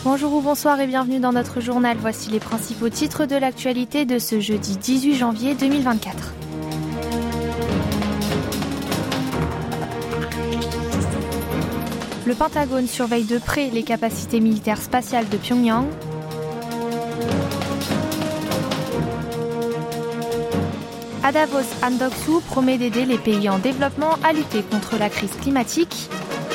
Bonjour ou bonsoir et bienvenue dans notre journal. Voici les principaux titres de l'actualité de ce jeudi 18 janvier 2024. Le Pentagone surveille de près les capacités militaires spatiales de Pyongyang. À Davos, Han Duck-soo promet d'aider les pays en développement à lutter contre la crise climatique.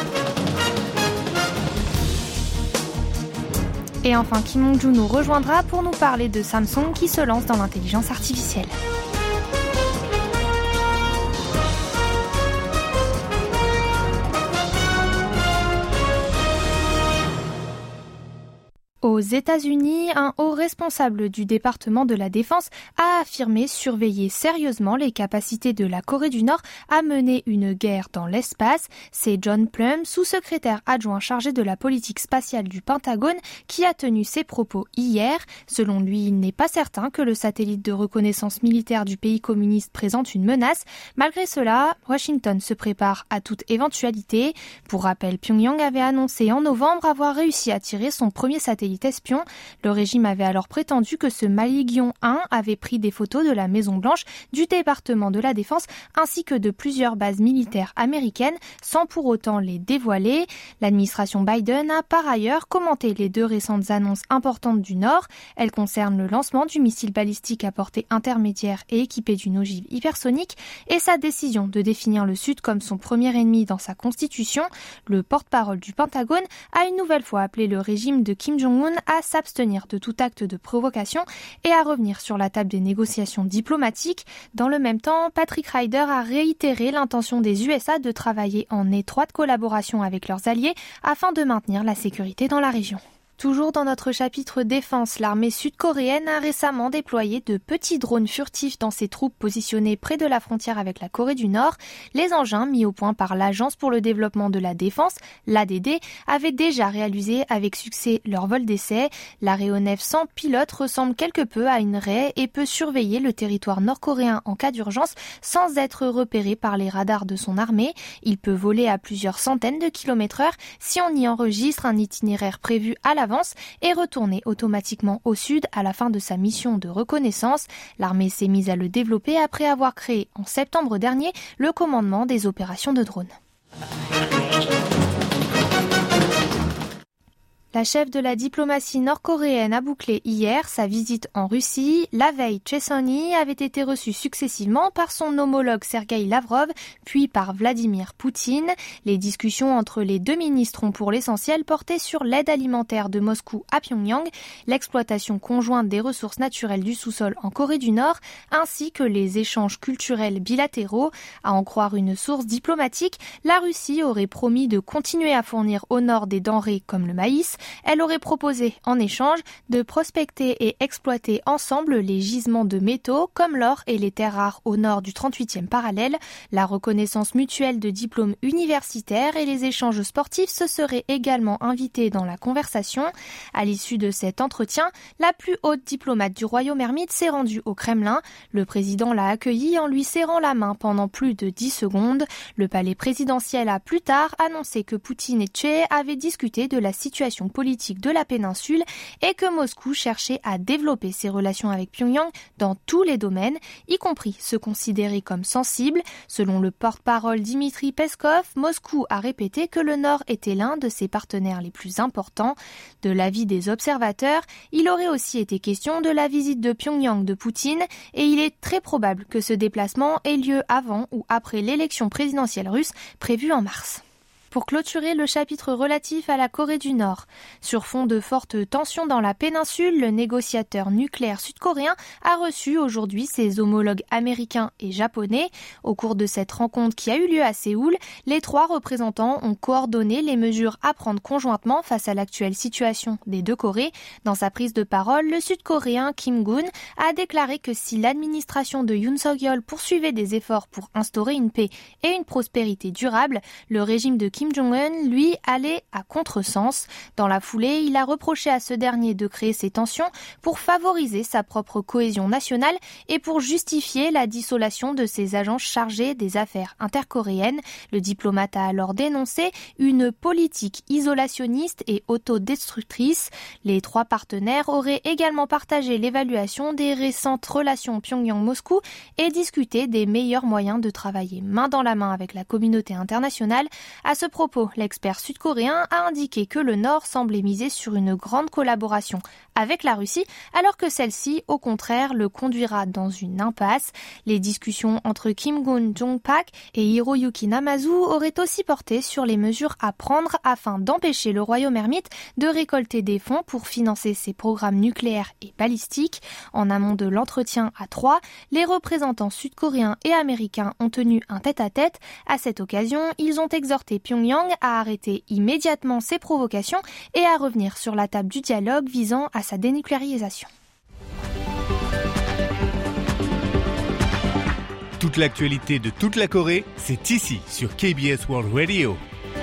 Et enfin, Kim Jong-un nous rejoindra pour nous parler de Samsung qui se lance dans l'intelligence artificielle. Aux États-Unis, un haut responsable du département de la Défense a affirmé surveiller sérieusement les capacités de la Corée du Nord à mener une guerre dans l'espace. C'est John Plum, sous-secrétaire adjoint chargé de la politique spatiale du Pentagone, qui a tenu ces propos hier. Selon lui, il n'est pas certain que le satellite de reconnaissance militaire du pays communiste présente une menace. Malgré cela, Washington se prépare à toute éventualité. Pour rappel, Pyongyang avait annoncé en novembre avoir réussi à tirer son premier satellite espion. Le régime avait alors prétendu que ce Maligion 1 avait pris des photos de la Maison-Blanche, du département de la Défense ainsi que de plusieurs bases militaires américaines sans pour autant les dévoiler. L'administration Biden a par ailleurs commenté les deux récentes annonces importantes du Nord. Elles concernent le lancement du missile balistique à portée intermédiaire et équipé d'une ogive hypersonique et sa décision de définir le Sud comme son premier ennemi dans sa constitution. Le porte-parole du Pentagone a une nouvelle fois appelé le régime de Kim Jong-un à s'abstenir de tout acte de provocation et à revenir sur la table des négociations diplomatiques. Dans le même temps, Patrick Ryder a réitéré l'intention des USA de travailler en étroite collaboration avec leurs alliés afin de maintenir la sécurité dans la région. Toujours dans notre chapitre défense, l'armée sud-coréenne a récemment déployé de petits drones furtifs dans ses troupes positionnées près de la frontière avec la Corée du Nord. Les engins mis au point par l'Agence pour le développement de la défense, l'ADD, avaient déjà réalisé avec succès leur vol d'essai. L'aéronef sans pilote ressemble quelque peu à une raie et peut surveiller le territoire nord-coréen en cas d'urgence sans être repéré par les radars de son armée. Il peut voler à plusieurs centaines de km/h si on y enregistre un itinéraire prévu à l'avance et retourner automatiquement au sud à la fin de sa mission de reconnaissance. L'armée s'est mise à le développer après avoir créé en septembre dernier le commandement des opérations de drones. La chef de la diplomatie nord-coréenne a bouclé hier sa visite en Russie. La veille, Choi Son-hee avait été reçu successivement par son homologue Sergueï Lavrov, puis par Vladimir Poutine. Les discussions entre les deux ministres ont pour l'essentiel porté sur l'aide alimentaire de Moscou à Pyongyang, l'exploitation conjointe des ressources naturelles du sous-sol en Corée du Nord, ainsi que les échanges culturels bilatéraux. À en croire une source diplomatique, la Russie aurait promis de continuer à fournir au nord des denrées comme le maïs. Elle aurait proposé, en échange, de prospecter et exploiter ensemble les gisements de métaux comme l'or et les terres rares au nord du 38e parallèle. La reconnaissance mutuelle de diplômes universitaires et les échanges sportifs se seraient également invités dans la conversation. À l'issue de cet entretien, la plus haute diplomate du royaume ermite s'est rendue au Kremlin. Le président l'a accueillie en lui serrant la main pendant plus de 10 secondes. Le palais présidentiel a plus tard annoncé que Poutine et Choi avaient discuté de la situation politique de la péninsule et que Moscou cherchait à développer ses relations avec Pyongyang dans tous les domaines, y compris ceux considérés comme sensibles. Selon le porte-parole Dmitri Peskov, Moscou a répété que le Nord était l'un de ses partenaires les plus importants. De l'avis des observateurs, il aurait aussi été question de la visite de Pyongyang de Poutine et il est très probable que ce déplacement ait lieu avant ou après l'élection présidentielle russe prévue en mars. Pour clôturer le chapitre relatif à la Corée du Nord. Sur fond de fortes tensions dans la péninsule, le négociateur nucléaire sud-coréen a reçu aujourd'hui ses homologues américains et japonais. Au cours de cette rencontre qui a eu lieu à Séoul, les trois représentants ont coordonné les mesures à prendre conjointement face à l'actuelle situation des deux Corées. Dans sa prise de parole, le sud-coréen Kim Gun a déclaré que si l'administration de Yoon Suk-yeol poursuivait des efforts pour instaurer une paix et une prospérité durable, le régime de Kim Kim Jong-un, lui, allait à contresens. Dans la foulée, il a reproché à ce dernier de créer ces tensions pour favoriser sa propre cohésion nationale et pour justifier la dissolution de ses agents chargés des affaires intercoréennes. Le diplomate a alors dénoncé une politique isolationniste et autodestructrice. Les trois partenaires auraient également partagé l'évaluation des récentes relations Pyongyang-Moscou et discuté des meilleurs moyens de travailler main dans la main avec la communauté internationale. À ce propos, l'expert sud-coréen a indiqué que le Nord semblait miser sur une grande collaboration avec la Russie, alors que celle-ci, au contraire, le conduira dans une impasse. Les discussions entre Kim Jong-pak et Hiroyuki Namazu auraient aussi porté sur les mesures à prendre afin d'empêcher le royaume ermite de récolter des fonds pour financer ses programmes nucléaires et balistiques. En amont de l'entretien à 3, les représentants sud-coréens et américains ont tenu un tête-à-tête. À cette occasion, ils ont exhorté Pyongyang à arrêter immédiatement ses provocations et à revenir sur la table du dialogue visant à sa dénucléarisation. Toute l'actualité de toute la Corée, c'est ici sur KBS World Radio.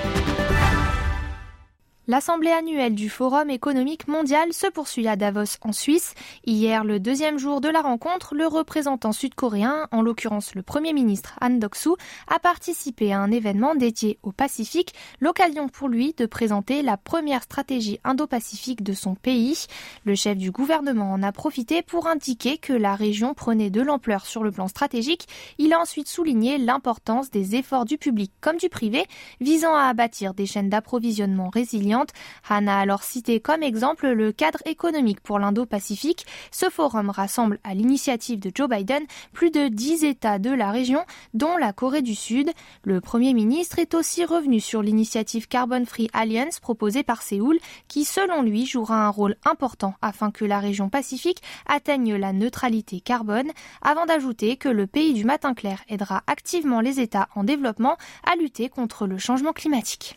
L'assemblée annuelle du Forum économique mondial se poursuit à Davos en Suisse. Hier, le deuxième jour de la rencontre, le représentant sud-coréen, en l'occurrence le Premier ministre Han Duck-soo, a participé à un événement dédié au Pacifique, l'occasion pour lui de présenter la première stratégie indo-pacifique de son pays. Le chef du gouvernement en a profité pour indiquer que la région prenait de l'ampleur sur le plan stratégique. Il a ensuite souligné l'importance des efforts du public comme du privé visant à bâtir des chaînes d'approvisionnement résilientes. Han a alors cité comme exemple le cadre économique pour l'Indo-Pacifique. Ce forum rassemble à l'initiative de Joe Biden plus de 10 États de la région, dont la Corée du Sud. Le Premier ministre est aussi revenu sur l'initiative Carbon Free Alliance proposée par Séoul, qui selon lui jouera un rôle important afin que la région Pacifique atteigne la neutralité carbone, avant d'ajouter que le pays du matin clair aidera activement les États en développement à lutter contre le changement climatique.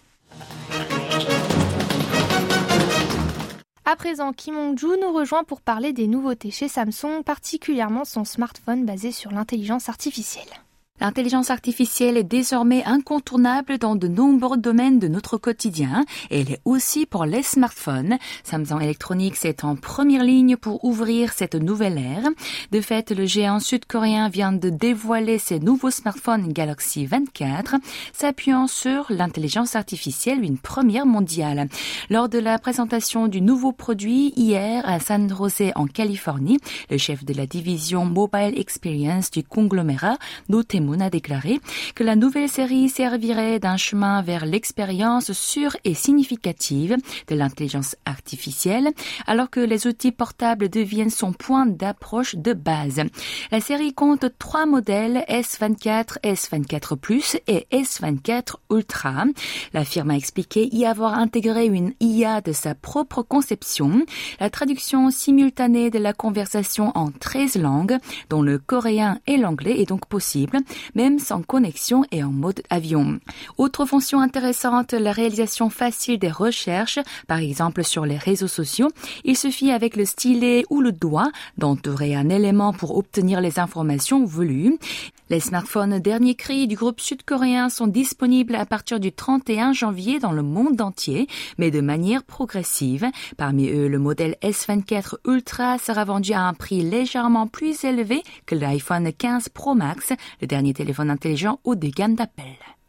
À présent, Kim Hong-joo nous rejoint pour parler des nouveautés chez Samsung, particulièrement son smartphone basé sur l'intelligence artificielle. L'intelligence artificielle est désormais incontournable dans de nombreux domaines de notre quotidien et elle est aussi pour les smartphones. Samsung Electronics est en première ligne pour ouvrir cette nouvelle ère. De fait, le géant sud-coréen vient de dévoiler ses nouveaux smartphones Galaxy 24, s'appuyant sur l'intelligence artificielle, une première mondiale. Lors de la présentation du nouveau produit hier à San Jose en Californie, le chef de la division Mobile Experience du conglomérat, notamment a déclaré que la nouvelle série servirait d'un chemin vers l'expérience sûre et significative de l'intelligence artificielle, alors que les outils portables deviennent son point d'approche de base. La série compte 3 modèles S24, S24 Plus et S24 Ultra. La firme a expliqué y avoir intégré une IA de sa propre conception. La traduction simultanée de la conversation en 13 langues, dont le coréen et l'anglais, est donc possible, même sans connexion et en mode avion. Autre fonction intéressante, la réalisation facile des recherches, par exemple sur les réseaux sociaux. Il suffit avec le stylet ou le doigt d'entourer un élément pour obtenir les informations voulues. Les smartphones dernier cri du groupe sud-coréen sont disponibles à partir du 31 janvier dans le monde entier, mais de manière progressive. Parmi eux, le modèle S24 Ultra sera vendu à un prix légèrement plus élevé que l'iPhone 15 Pro Max, le dernier téléphone intelligent haut de gamme d'Apple.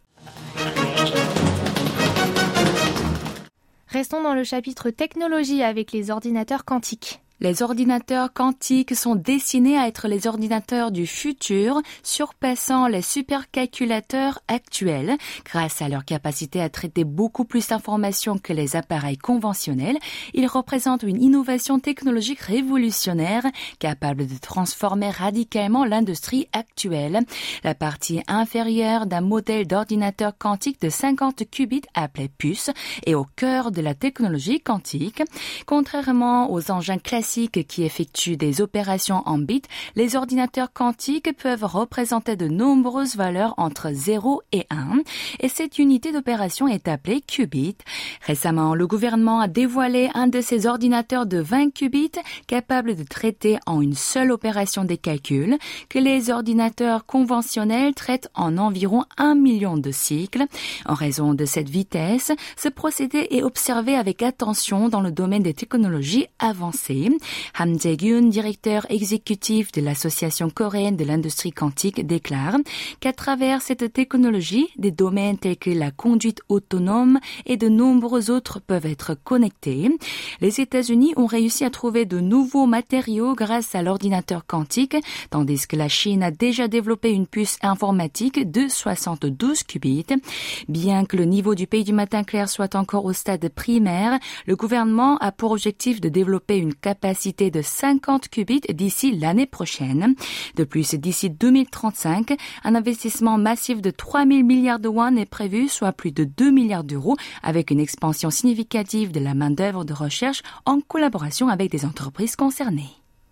Restons dans le chapitre technologie avec les ordinateurs quantiques. Les ordinateurs quantiques sont destinés à être les ordinateurs du futur, surpassant les supercalculateurs actuels. Grâce à leur capacité à traiter beaucoup plus d'informations que les appareils conventionnels, ils représentent une innovation technologique révolutionnaire, capable de transformer radicalement l'industrie actuelle. La partie inférieure d'un modèle d'ordinateur quantique de 50 qubits appelé puce est au cœur de la technologie quantique. Contrairement aux engins classiques classiques qui effectuent des opérations en bits, les ordinateurs quantiques peuvent représenter de nombreuses valeurs entre 0 et 1 et cette unité d'opération est appelée qubit. Récemment, le gouvernement a dévoilé un de ces ordinateurs de 20 qubits capable de traiter en une seule opération des calculs que les ordinateurs conventionnels traitent en environ 1 million de cycles. En raison de cette vitesse, ce procédé est observé avec attention dans le domaine des technologies avancées. Ham Jae-gyun, directeur exécutif de l'Association coréenne de l'industrie quantique, déclare qu'à travers cette technologie, des domaines tels que la conduite autonome et de nombreux autres peuvent être connectés. Les États-Unis ont réussi à trouver de nouveaux matériaux grâce à l'ordinateur quantique, tandis que la Chine a déjà développé une puce informatique de 72 qubits. Bien que le niveau du pays du matin clair soit encore au stade primaire, le gouvernement a pour objectif de développer une capacité de 50 qubits d'ici l'année prochaine. De plus, d'ici 2035, un investissement massif de 3 000 milliards de won est prévu, soit plus de 2 milliards d'euros, avec une expansion significative de la main-d'œuvre de recherche en collaboration avec des entreprises concernées.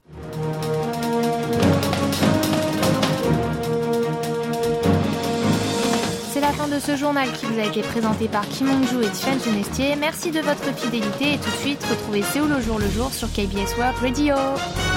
C'est la fin de ce journal qui vous a été présenté par Kim Hong-joo et Tiffany Genestier. Merci de votre fidélité et tout de suite, retrouvez Séoul au jour le jour sur KBS World Radio.